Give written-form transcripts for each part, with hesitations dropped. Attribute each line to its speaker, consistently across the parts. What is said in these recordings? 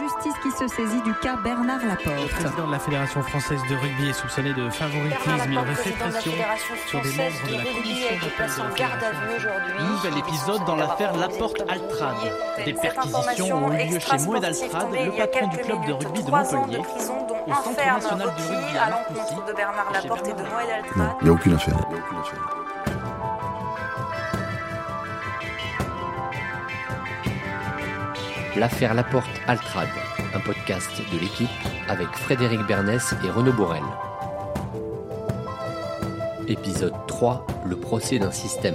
Speaker 1: justice qui se saisit du cas Bernard Laporte.
Speaker 2: Le président de la Fédération française de rugby est soupçonné de favoritisme. Il aurait fait pression sur des membres de la commission d'appel de la fédération.
Speaker 3: Nouvel épisode dans l'affaire Laporte-Altrad. Des perquisitions ont eu lieu chez Moed Altrad, le patron du club de rugby de Montpellier, au Centre national de rugby à l'encontre
Speaker 4: de Bernard Laporte et de Moed Altrad.
Speaker 5: Non, il n'y a aucune affaire.
Speaker 6: L'affaire Laporte-Altrad, un podcast de l'équipe avec Frédéric Bernès et Renaud Borel. Épisode 3, le procès d'un système.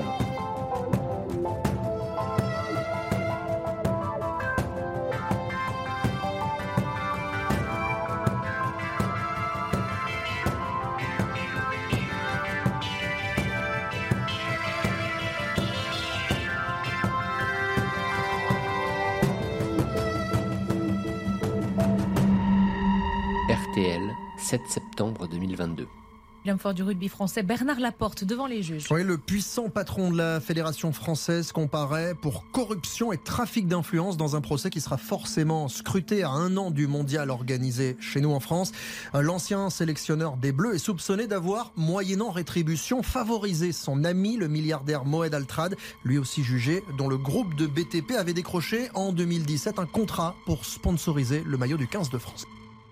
Speaker 6: RTL, 7 septembre 2022.
Speaker 7: L'homme fort du rugby français, Bernard Laporte, devant les juges.
Speaker 8: Oui, le puissant patron de la Fédération française comparaît pour corruption et trafic d'influence dans un procès qui sera forcément scruté à 1 an du mondial organisé chez nous en France. L'ancien sélectionneur des Bleus est soupçonné d'avoir, moyennant rétribution, favorisé son ami, le milliardaire Moed Altrad, lui aussi jugé, dont le groupe de BTP avait décroché en 2017 un contrat pour sponsoriser le maillot du 15 de France.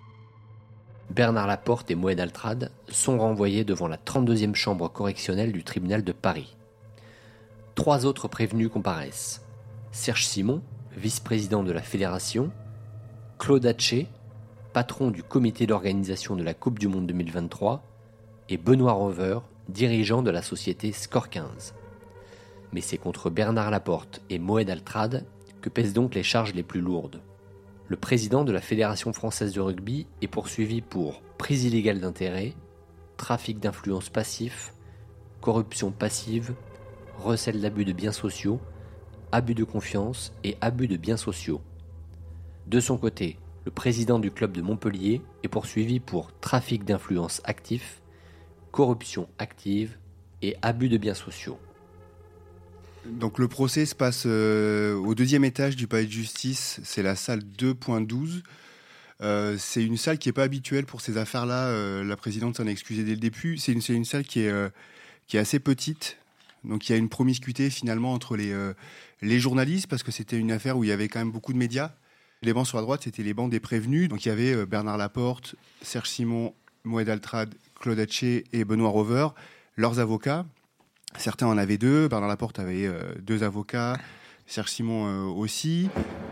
Speaker 6: Bernard Laporte et Moed Altrad sont renvoyés devant la 32e chambre correctionnelle du tribunal de Paris. 3 autres prévenus comparaissent. Serge Simon, vice-président de la fédération, Claude Hatché, patron du comité d'organisation de la Coupe du Monde 2023, et Benoît Rover, dirigeant de la société Score 15. Mais c'est contre Bernard Laporte et Moed Altrad que pèsent donc les charges les plus lourdes. Le président de la Fédération française de rugby est poursuivi pour prise illégale d'intérêt, trafic d'influence passif, corruption passive, recel d'abus de biens sociaux, abus de confiance et abus de biens sociaux. De son côté, le président du club de Montpellier est poursuivi pour trafic d'influence actif, corruption active et abus de biens sociaux.
Speaker 9: Donc le procès se passe au 2e étage du palais de justice, c'est la salle 2.12. C'est une salle qui n'est pas habituelle pour ces affaires-là, la présidente s'en est excusée dès le début. C'est une salle qui est assez petite, donc il y a une promiscuité finalement entre les journalistes, parce que c'était une affaire où il y avait quand même beaucoup de médias. Les bancs sur la droite, c'était les bancs des prévenus, donc il y avait Bernard Laporte, Serge Simon, Moed Altrad, Claude Hatché et Benoît Rover, leurs avocats. Certains en avaient 2, Bernard Laporte avait 2 avocats, Serge Simon aussi.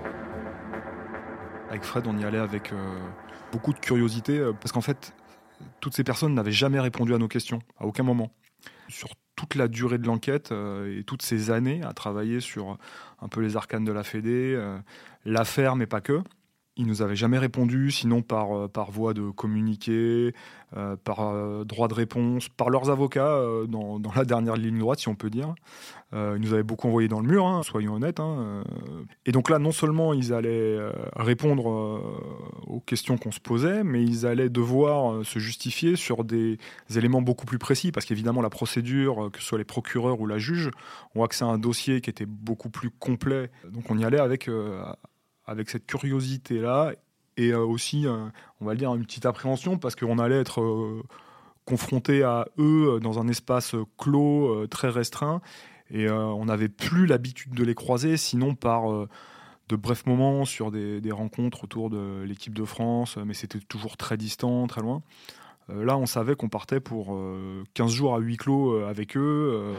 Speaker 10: Avec Fred, on y allait avec beaucoup de curiosité, parce qu'en fait, toutes ces personnes n'avaient jamais répondu à nos questions, à aucun moment. Sur toute la durée de l'enquête et toutes ces années à travailler sur un peu les arcanes de la Fédé, l'affaire, mais pas que. Ils nous avaient jamais répondu, sinon par voie de communiqué, par droit de réponse, par leurs avocats dans la dernière ligne droite, si on peut dire. Ils nous avaient beaucoup envoyé dans le mur, soyons honnêtes. Et donc là, non seulement ils allaient répondre aux questions qu'on se posait, mais ils allaient devoir se justifier sur des éléments beaucoup plus précis, parce qu'évidemment, la procédure, que ce soit les procureurs ou la juge, ont accès à un dossier qui était beaucoup plus complet. Donc on y allait avec cette curiosité-là et aussi, on va le dire, une petite appréhension, parce qu'on allait être confronté à eux dans un espace clos, très restreint, et on n'avait plus l'habitude de les croiser, sinon par de brefs moments sur des rencontres autour de l'équipe de France, mais c'était toujours très distant, très loin. Là, on savait qu'on partait pour 15 jours à huis clos avec eux.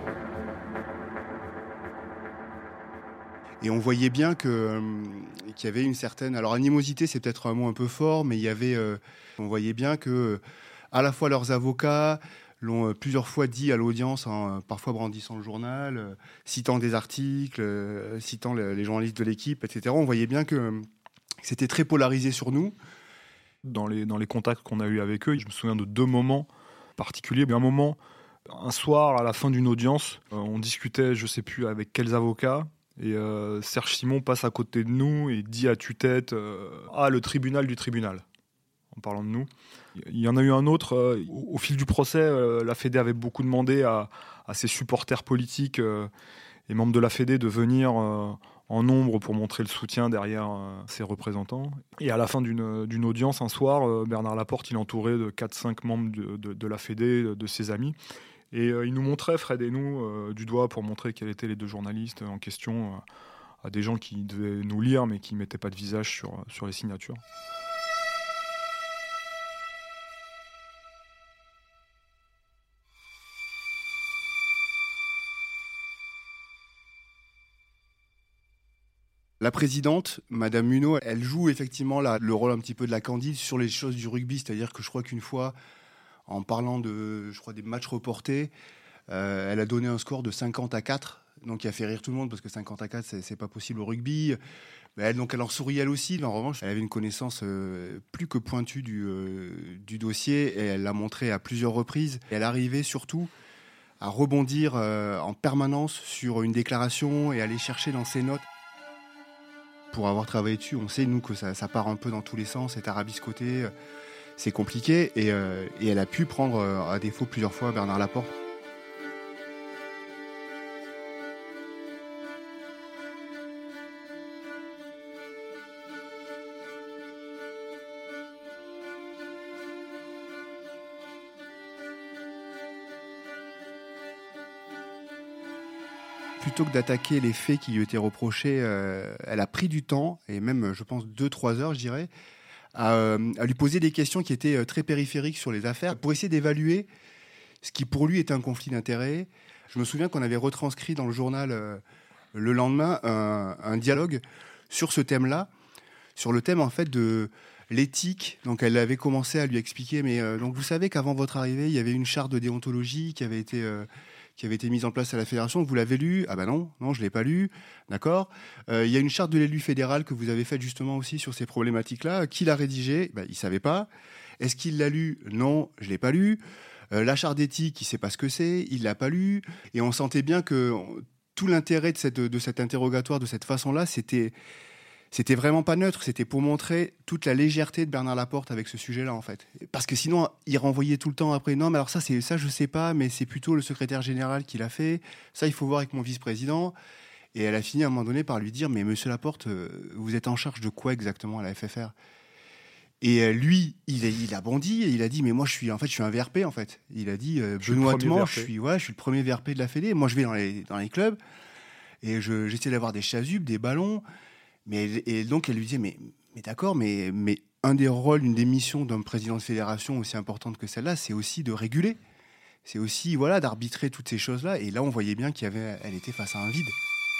Speaker 9: Et on voyait bien qu'il y avait une certaine... Alors, animosité, c'est peut-être un mot un peu fort, mais on voyait bien que à la fois leurs avocats l'ont plusieurs fois dit à l'audience, parfois brandissant le journal, citant des articles, citant les journalistes de l'équipe, etc. On voyait bien que c'était très polarisé sur nous.
Speaker 10: Dans les contacts qu'on a eus avec eux, je me souviens de 2 moments particuliers. Un moment, un soir, à la fin d'une audience, on discutait, je ne sais plus avec quels avocats, et Serge Simon passe à côté de nous et dit à tue-tête le tribunal du tribunal, en parlant de nous. Il y en a eu un autre, au fil du procès, la Fédé avait beaucoup demandé à ses supporters politiques et membres de la Fédé de venir en en nombre pour montrer le soutien derrière ses représentants. Et à la fin d'une audience, un soir, Bernard Laporte, il est entouré de 4-5 membres de la Fédé, de ses amis. Et il nous montrait, Fred et nous, du doigt pour montrer quels étaient les deux journalistes en question à des gens qui devaient nous lire mais qui ne mettaient pas de visage sur les signatures.
Speaker 9: La présidente, Madame Munot, elle joue effectivement le rôle un petit peu de la candide sur les choses du rugby. C'est-à-dire que je crois qu'une fois, en parlant des matchs reportés, elle a donné un score de 50-4. Donc il a fait rire tout le monde parce que 50-4, c'est pas possible au rugby. Elle en sourit elle aussi. Mais en revanche, elle avait une connaissance plus que pointue du dossier et elle l'a montré à plusieurs reprises. Et elle arrivait surtout à rebondir en permanence sur une déclaration et aller chercher dans ses notes. Pour avoir travaillé dessus, on sait, nous, que ça part un peu dans tous les sens, c'est tarabiscoté, c'est compliqué, et elle a pu prendre à défaut plusieurs fois Bernard Laporte. Plutôt que d'attaquer les faits qui lui étaient reprochés, elle a pris du temps, et même, je pense, 2-3 heures, je dirais, à lui poser des questions qui étaient très périphériques sur les affaires, pour essayer d'évaluer ce qui, pour lui, était un conflit d'intérêts. Je me souviens qu'on avait retranscrit dans le journal, le lendemain, un dialogue sur ce thème-là, sur le thème, en fait, de l'éthique. Donc, elle avait commencé à lui expliquer, mais donc vous savez qu'avant votre arrivée, il y avait une charte de déontologie qui avait été mise en place à la fédération. Vous l'avez lu ? Ah ben non, je l'ai pas lu. D'accord. Il y a une charte de l'élu fédéral que vous avez faite justement aussi sur ces problématiques-là. Qui l'a rédigée ? Il savait pas. Est-ce qu'il l'a lu ? Non, je l'ai pas lu. La charte d'éthique, il sait pas ce que c'est. Il l'a pas lu. Et on sentait bien que tout l'intérêt de cet interrogatoire de cette façon-là, c'était vraiment pas neutre. C'était pour montrer toute la légèreté de Bernard Laporte avec ce sujet-là, en fait. Parce que sinon, il renvoyait tout le temps après. Non, mais alors ça, je sais pas, mais c'est plutôt le secrétaire général qui l'a fait. Ça, il faut voir avec mon vice-président. Et elle a fini à un moment donné par lui dire, mais monsieur Laporte, vous êtes en charge de quoi exactement à la FFR ? Et lui, il a bondi et il a dit, mais moi, je suis un VRP, en fait. Il a dit, benoîtement, je suis le premier VRP de la Fédé. Moi, je vais dans les clubs et j'essaie d'avoir des chasubes, des ballons. Et donc, elle lui disait, mais d'accord, mais un des rôles, une des missions d'un président de fédération aussi importante que celle-là, c'est aussi de réguler. C'est aussi, d'arbitrer toutes ces choses-là. Et là, on voyait bien qu'elle était face à un vide.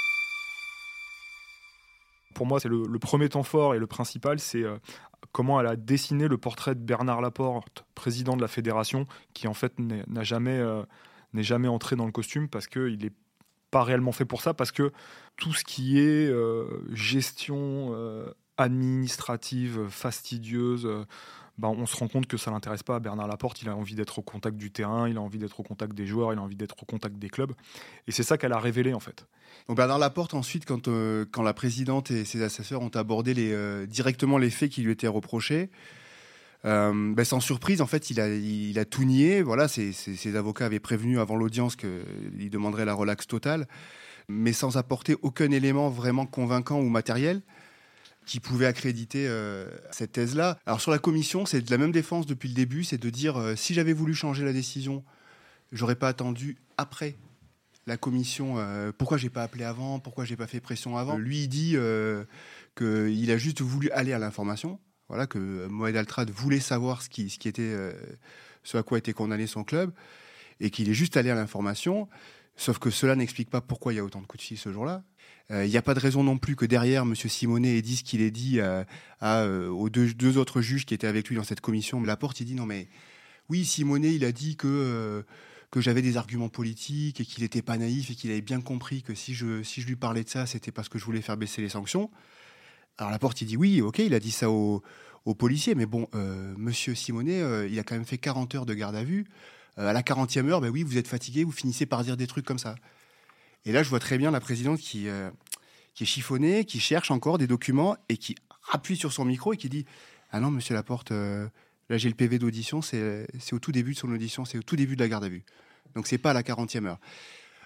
Speaker 10: Pour moi, c'est le premier temps fort et le principal, c'est comment elle a dessiné le portrait de Bernard Laporte, président de la fédération, qui en fait n'est jamais entré dans le costume parce qu'il n'est pas réellement fait pour ça, parce que tout ce qui est gestion administrative, fastidieuse, on se rend compte que ça ne l'intéresse pas. Bernard Laporte, il a envie d'être au contact du terrain, il a envie d'être au contact des joueurs, il a envie d'être au contact des clubs. Et c'est ça qu'elle a révélé, en fait.
Speaker 9: Donc Bernard Laporte, ensuite, quand la présidente et ses assesseurs ont abordé directement les faits qui lui étaient reprochés, sans surprise, en fait, il a tout nié. Voilà, ses avocats avaient prévenu avant l'audience qu'il demanderait la relaxe totale, mais sans apporter aucun élément vraiment convaincant ou matériel qui pouvait accréditer cette thèse-là. Alors sur la commission, c'est de la même défense depuis le début, c'est de dire si j'avais voulu changer la décision, j'aurais pas attendu après la commission. Pourquoi j'ai pas appelé avant ? Pourquoi j'ai pas fait pression avant ? Lui, il dit qu'il a juste voulu aller à l'information. Voilà, que Moed Altrad voulait savoir ce à quoi était condamné son club, et qu'il est juste allé à l'information. Sauf que cela n'explique pas pourquoi il y a autant de coups de fil ce jour-là. Il n'y a pas de raison non plus que derrière, M. Simonet ait dit ce qu'il ait dit aux deux autres juges qui étaient avec lui dans cette commission. Laporte, il dit non mais oui, Simonet, il a dit que j'avais des arguments politiques et qu'il n'était pas naïf et qu'il avait bien compris que si je lui parlais de ça, c'était parce que je voulais faire baisser les sanctions. Alors Laporte, il dit oui, ok, il a dit ça aux policiers, mais bon, M. Simonet, il a quand même fait 40 heures de garde à vue. À la 40e heure, oui, vous êtes fatigué, vous finissez par dire des trucs comme ça. Et là, je vois très bien la présidente qui est chiffonnée, qui cherche encore des documents et qui appuie sur son micro et qui dit « Ah non, monsieur Laporte, là j'ai le PV d'audition, c'est au tout début de son audition, c'est au tout début de la garde à vue. Donc c'est pas à la 40e heure. »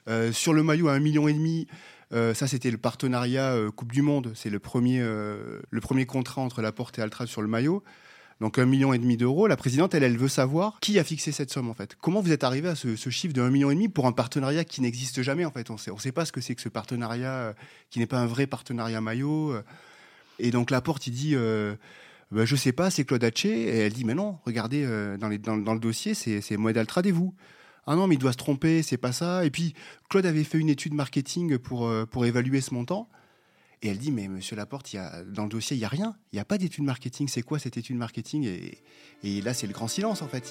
Speaker 9: Sur le maillot à 1,5 million, ça c'était le partenariat Coupe du Monde. C'est le premier contrat entre Laporte et Altrad sur le maillot. Donc 1,5 million d'euros. La présidente, elle veut savoir qui a fixé cette somme en fait. Comment vous êtes arrivé à ce chiffre de 1,5 million pour un partenariat qui n'existe jamais en fait. On sait pas ce que c'est que ce partenariat qui n'est pas un vrai partenariat maillot. Et donc Laporte, il dit je sais pas, c'est Claude Haché. Et elle dit mais non, regardez dans le dossier, c'est Moed Altrad et vous. Ah non, mais il doit se tromper, c'est pas ça. Et puis Claude avait fait une étude marketing pour évaluer ce montant. Et elle dit, mais monsieur Laporte, dans le dossier, il n'y a rien. Il n'y a pas d'étude marketing. C'est quoi cette étude marketing ? Et là, c'est le grand silence, en fait.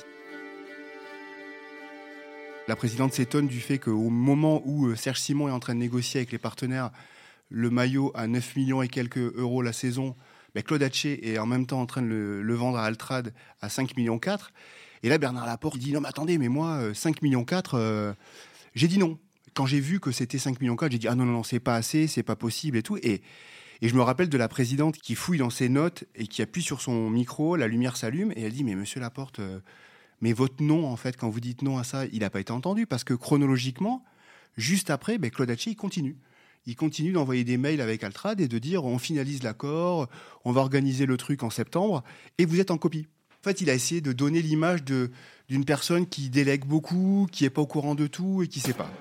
Speaker 9: La présidente s'étonne du fait qu'au moment où Serge Simon est en train de négocier avec les partenaires le maillot à 9 millions et quelques euros la saison, Claude Haché est en même temps en train de le vendre à Altrad à 5,4 millions. Et là, Bernard Laporte, il dit, non, mais attendez, mais moi, 5,4 millions, j'ai dit non. Quand j'ai vu que c'était 5,4 millions, j'ai dit « Ah non, c'est pas assez, c'est pas possible et tout ». Et je me rappelle de la présidente qui fouille dans ses notes et qui appuie sur son micro, la lumière s'allume et elle dit « Mais monsieur Laporte, mais votre nom, en fait, quand vous dites non à ça, il n'a pas été entendu ». Parce que chronologiquement, juste après, Claude Haché, il continue. Il continue d'envoyer des mails avec Altrad et de dire « On finalise l'accord, on va organiser le truc en septembre et vous êtes en copie ». En fait, il a essayé de donner l'image d'une personne qui délègue beaucoup, qui n'est pas au courant de tout et qui ne sait pas.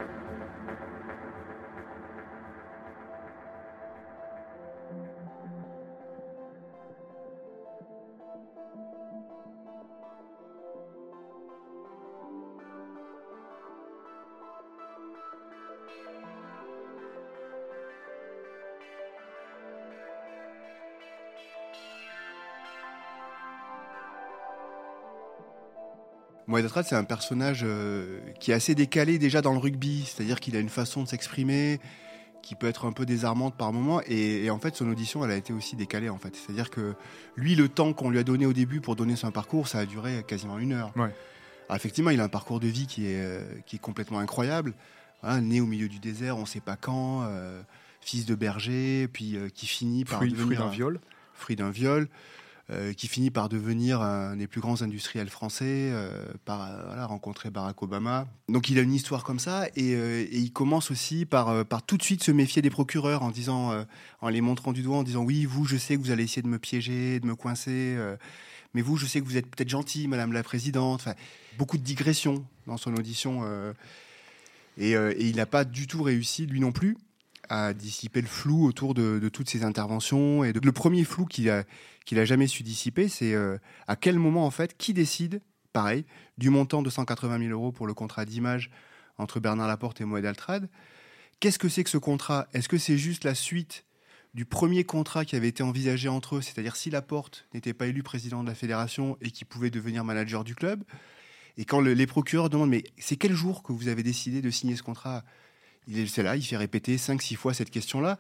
Speaker 9: Moed Altrad, c'est un personnage qui est assez décalé déjà dans le rugby, c'est-à-dire qu'il a une façon de s'exprimer qui peut être un peu désarmante par moments, et en fait son audition elle a été aussi décalée en fait, c'est-à-dire que lui, le temps qu'on lui a donné au début pour donner son parcours, ça a duré quasiment 1 heure. Ouais. Alors, effectivement, il a un parcours de vie qui est complètement incroyable, voilà, né au milieu du désert, on ne sait pas quand, fils de berger, puis qui finit par devenir fruit d'un viol. Qui finit par devenir un des plus grands industriels français, rencontrer Barack Obama. Donc il a une histoire comme ça, et il commence aussi par tout de suite se méfier des procureurs en disant, en les montrant du doigt, en disant oui, vous, je sais que vous allez essayer de me piéger, de me coincer, mais vous, je sais que vous êtes peut-être gentille, Madame la Présidente. Enfin, beaucoup de digressions dans son audition, et il n'a pas du tout réussi, lui non plus, à dissiper le flou autour de toutes ces interventions. Et le premier flou qu'il a jamais su dissiper, c'est à quel moment, en fait, qui décide, pareil, du montant de 180 000 euros pour le contrat d'image entre Bernard Laporte et Moed Altrad. Qu'est-ce que c'est que ce contrat ? Est-ce que c'est juste la suite du premier contrat qui avait été envisagé entre eux, c'est-à-dire si Laporte n'était pas élu président de la fédération et qu'il pouvait devenir manager du club ? Et quand les procureurs demandent « Mais c'est quel jour que vous avez décidé de signer ce contrat ?» C'est là, il fait répéter 5-6 fois cette question-là.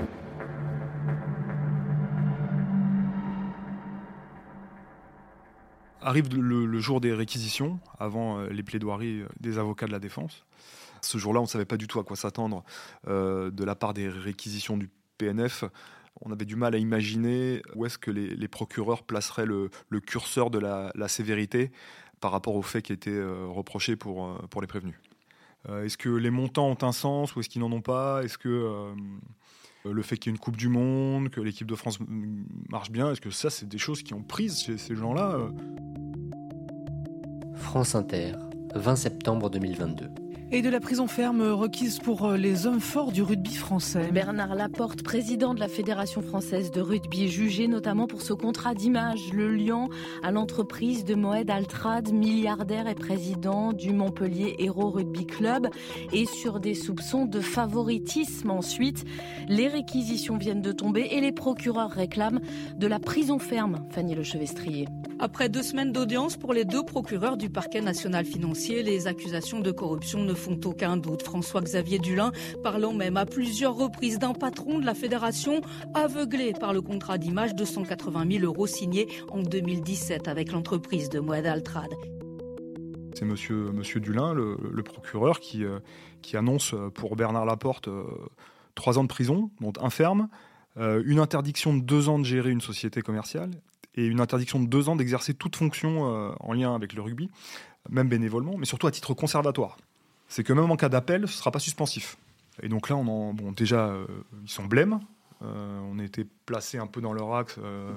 Speaker 10: Arrive le jour des réquisitions, avant les plaidoiries des avocats de la défense. Ce jour-là, on ne savait pas du tout à quoi s'attendre de la part des réquisitions du PNF. On avait du mal à imaginer où est-ce que les procureurs placeraient le curseur de la sévérité par rapport aux faits qui étaient reprochés pour les prévenus. Est-ce que les montants ont un sens ou est-ce qu'ils n'en ont pas ? Est-ce que le fait qu'il y ait une Coupe du Monde, que l'équipe de France marche bien, est-ce que ça, c'est des choses qui ont prise chez ces gens-là ?
Speaker 6: France Inter, 20 septembre 2022.
Speaker 7: Et de la prison ferme requise pour les hommes forts du rugby français.
Speaker 5: Bernard Laporte, président de la Fédération française de rugby, est jugé notamment pour ce contrat d'image, le liant à l'entreprise de Moed Altrad, milliardaire et président du Montpellier Hérault Rugby Club, et sur des soupçons de favoritisme. Ensuite, les réquisitions viennent de tomber et les procureurs réclament de la prison ferme. Fanny Lechevestrier.
Speaker 11: Après 2 semaines d'audience pour les 2 procureurs du parquet national financier, les accusations de corruption ne font aucun doute. François-Xavier Dulin parlant même à plusieurs reprises d'un patron de la fédération aveuglé par le contrat d'image de 180 000 euros signé en 2017 avec l'entreprise de Moed Altrad.
Speaker 10: C'est monsieur Dulin, le procureur, qui annonce pour Bernard Laporte 3 ans de prison, dont 1 ferme, une interdiction de 2 ans de gérer une société commerciale et une interdiction de 2 ans d'exercer toute fonction en lien avec le rugby, même bénévolement, mais surtout à titre conservatoire. c'est que même en cas d'appel, ce ne sera pas suspensif. Et donc là, déjà, ils sont blêmes. On était placés un peu dans leur axe,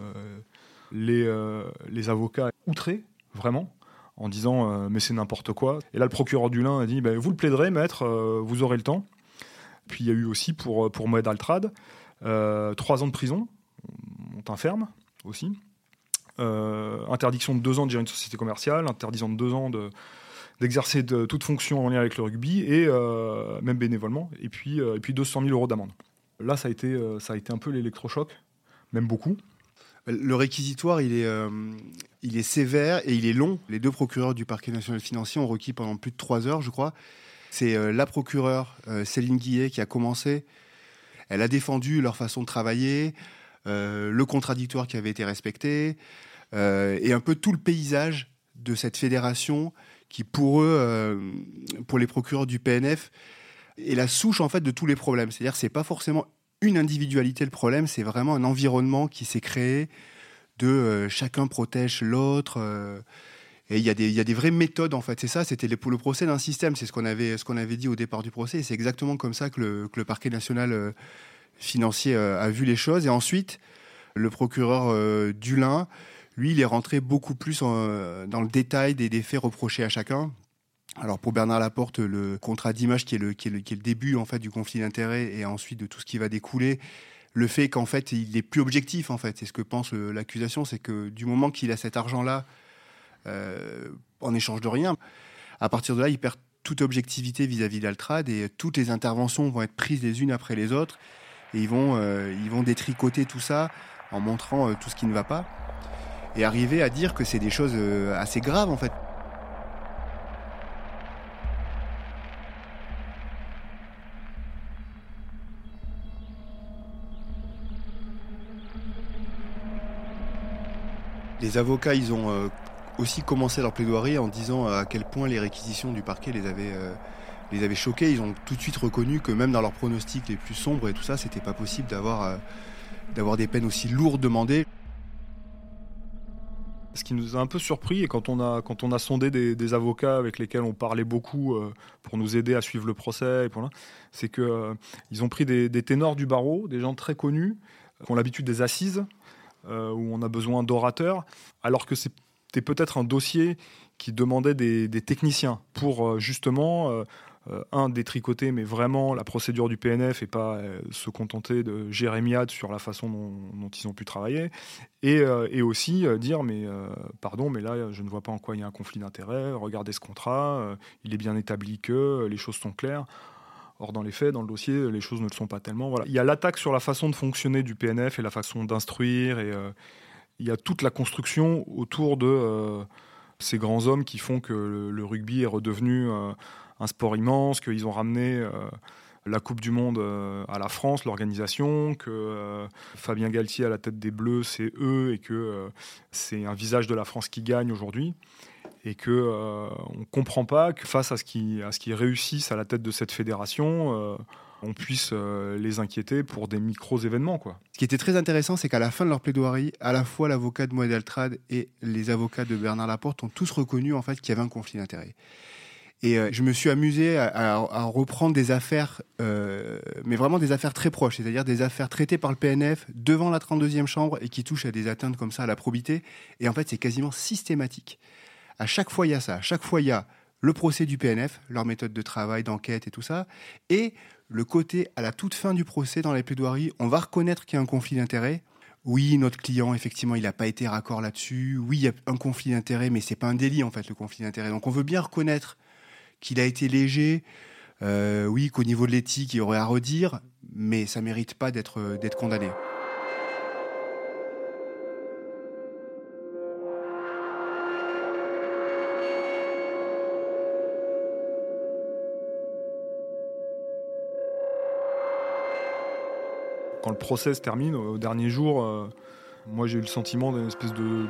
Speaker 10: les avocats outrés, vraiment, en disant mais c'est n'importe quoi. Et là, le procureur du Lin a dit vous le plaiderez, maître, vous aurez le temps. Puis il y a eu aussi pour Moed Altrad 3 ans de prison, on t'enferme aussi. Interdiction de 2 ans de gérer une société commerciale, interdiction de 2 ans d'exercer toute fonction en lien avec le rugby, et même bénévolement, et puis 200 000 € d'amende. Là, ça a été un peu l'électrochoc, même beaucoup.
Speaker 9: Le réquisitoire, il est sévère et il est long. Les 2 procureurs du parquet national financier ont requis pendant plus de 3 heures, je crois. C'est la procureure Céline Guillet qui a commencé. Elle a défendu leur façon de travailler, le contradictoire qui avait été respecté, et un peu tout le paysage de cette fédération qui, pour eux, pour les procureurs du PNF, est la souche en fait de tous les problèmes. C'est-à-dire que c'est pas forcément une individualité le problème, c'est vraiment un environnement qui s'est créé de chacun protège l'autre. Et il y a des vraies méthodes en fait. C'est ça, c'était le procès d'un système. C'est ce qu'on avait dit au départ du procès. Et c'est exactement comme ça que le parquet national financier a vu les choses. Et ensuite, le procureur Dulin, lui, il est rentré beaucoup plus dans le détail des faits reprochés à chacun. Alors pour Bernard Laporte, le contrat d'image qui est le début en fait du conflit d'intérêts et ensuite de tout ce qui va découler, le fait qu'en fait il est plus objectif en fait, c'est ce que pense l'accusation, c'est que du moment qu'il a cet argent-là en échange de rien, à partir de là il perd toute objectivité vis-à-vis d'Altrad et toutes les interventions vont être prises les unes après les autres et ils vont détricoter tout ça en montrant tout ce qui ne va pas et arriver à dire que c'est des choses assez graves en fait. Les avocats, ils ont aussi commencé leur plaidoirie en disant à quel point les réquisitions du parquet les avaient choqués. Ils ont tout de suite reconnu que même dans leurs pronostics les plus sombres et tout ça, c'était pas possible d'avoir des peines aussi lourdes demandées.
Speaker 10: Ce qui nous a un peu surpris, et quand on a sondé des avocats avec lesquels on parlait beaucoup pour nous aider à suivre le procès, c'est qu'ils ont pris des ténors du barreau, des gens très connus, qui ont l'habitude des assises, où on a besoin d'orateurs, alors que c'était peut-être un dossier qui demandait des techniciens pour justement, détricoter, mais vraiment la procédure du PNF et pas se contenter de jérémiades sur la façon dont ils ont pu travailler, et aussi dire pardon, mais là je ne vois pas en quoi il y a un conflit d'intérêts, regardez ce contrat, il est bien établi que les choses sont claires. Or, dans les faits, dans le dossier, les choses ne le sont pas tellement. Voilà. Il y a l'attaque sur la façon de fonctionner du PNF et la façon d'instruire. Et il y a toute la construction autour de ces grands hommes qui font que le rugby est redevenu un sport immense, qu'ils ont ramené la Coupe du Monde à la France, l'organisation, que Fabien Galtier à la tête des Bleus, c'est eux, et que c'est un visage de la France qui gagne aujourd'hui. Et qu'on ne comprend pas que face à ce qu'ils réussissent à la tête de cette fédération, on puisse les inquiéter pour des micro-événements, quoi.
Speaker 9: Ce qui était très intéressant, c'est qu'à la fin de leur plaidoirie, à la fois l'avocat de Moed Altrad et les avocats de Bernard Laporte ont tous reconnu en fait, qu'il y avait un conflit d'intérêts. Et je me suis amusé à reprendre des affaires, mais vraiment des affaires très proches, c'est-à-dire des affaires traitées par le PNF devant la 32e chambre et qui touchent à des atteintes comme ça à la probité. Et en fait, c'est quasiment systématique. À chaque fois, il y a ça. À chaque fois, il y a le procès du PNF, leur méthode de travail, d'enquête et tout ça, et le côté, à la toute fin du procès, dans les plaidoiries, on va reconnaître qu'il y a un conflit d'intérêts. Oui, notre client, effectivement, il n'a pas été raccord là-dessus. Oui, il y a un conflit d'intérêts, mais c'est pas un délit, en fait, le conflit d'intérêts. Donc, on veut bien reconnaître qu'il a été léger, oui, qu'au niveau de l'éthique, il y aurait à redire, mais ça mérite pas d'être condamné.
Speaker 10: Quand le procès se termine, au dernier jour, moi j'ai eu le sentiment d'une espèce de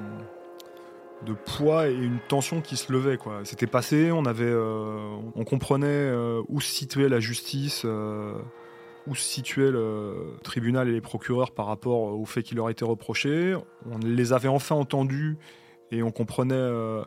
Speaker 10: poids et une tension qui se levait, quoi. C'était passé, on comprenait où se situait la justice, où se situait le tribunal et les procureurs par rapport aux faits qui leur étaient reprochés. On les avait enfin entendus et on comprenait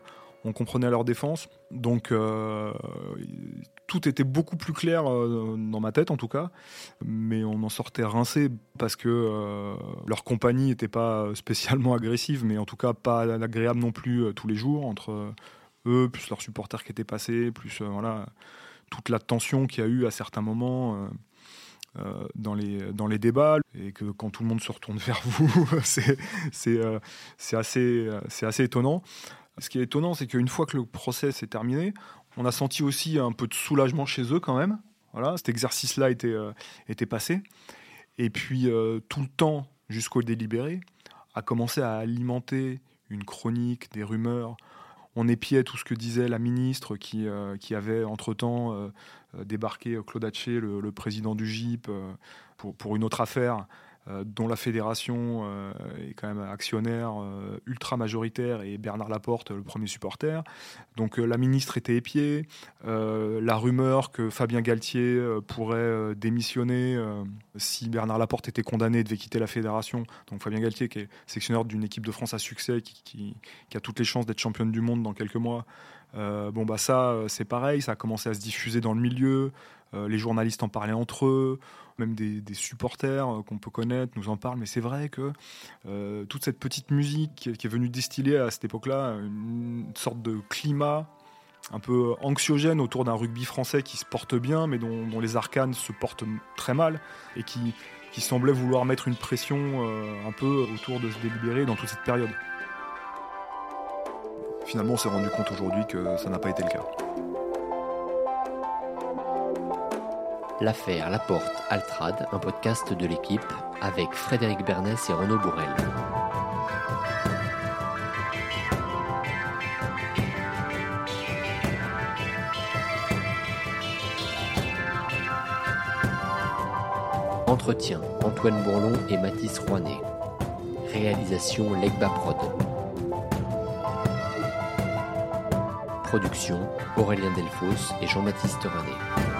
Speaker 10: on comprenait leur défense. Donc tout était beaucoup plus clair dans ma tête en tout cas, mais on en sortait rincé parce que leur compagnie n'était pas spécialement agressive, mais en tout cas pas agréable non plus tous les jours, entre eux, plus leurs supporters qui étaient passés, plus toute la tension qu'il y a eu à certains moments dans les débats, et que quand tout le monde se retourne vers vous, c'est assez étonnant. Ce qui est étonnant, c'est qu'une fois que le procès s'est terminé, on a senti aussi un peu de soulagement chez eux quand même. Voilà, cet exercice-là était passé. Et puis tout le temps, jusqu'au délibéré, a commencé à alimenter une chronique, des rumeurs. On épiait tout ce que disait la ministre qui avait entre-temps débarqué Claude Haché, le président du GIP, pour une autre affaire dont la fédération est quand même actionnaire ultra majoritaire, et Bernard Laporte le premier supporter. Donc la ministre était épiée. La rumeur que Fabien Galtier pourrait démissionner si Bernard Laporte était condamné et devait quitter la fédération. Donc Fabien Galtier, qui est sélectionneur d'une équipe de France à succès, qui a toutes les chances d'être championne du monde dans quelques mois. Ça, c'est pareil, ça a commencé à se diffuser dans le milieu. Les journalistes en parlaient entre eux, même des supporters qu'on peut connaître nous en parlent. Mais c'est vrai que toute cette petite musique qui est venue distiller à cette époque-là une sorte de climat un peu anxiogène autour d'un rugby français qui se porte bien, mais dont les arcanes se portent très mal, et qui semblait vouloir mettre une pression un peu autour de ce délibéré dans toute cette période. Finalement, on s'est rendu compte aujourd'hui que ça n'a pas été le cas.
Speaker 6: L'affaire Laporte-Altrad, un podcast de l'équipe avec Frédéric Bernès et Renaud Bourrel. Entretien, Antoine Bourlon et Mathis Rouanet. Réalisation, Legba Prod. Production, Aurélien Delfos et Jean-Baptiste René.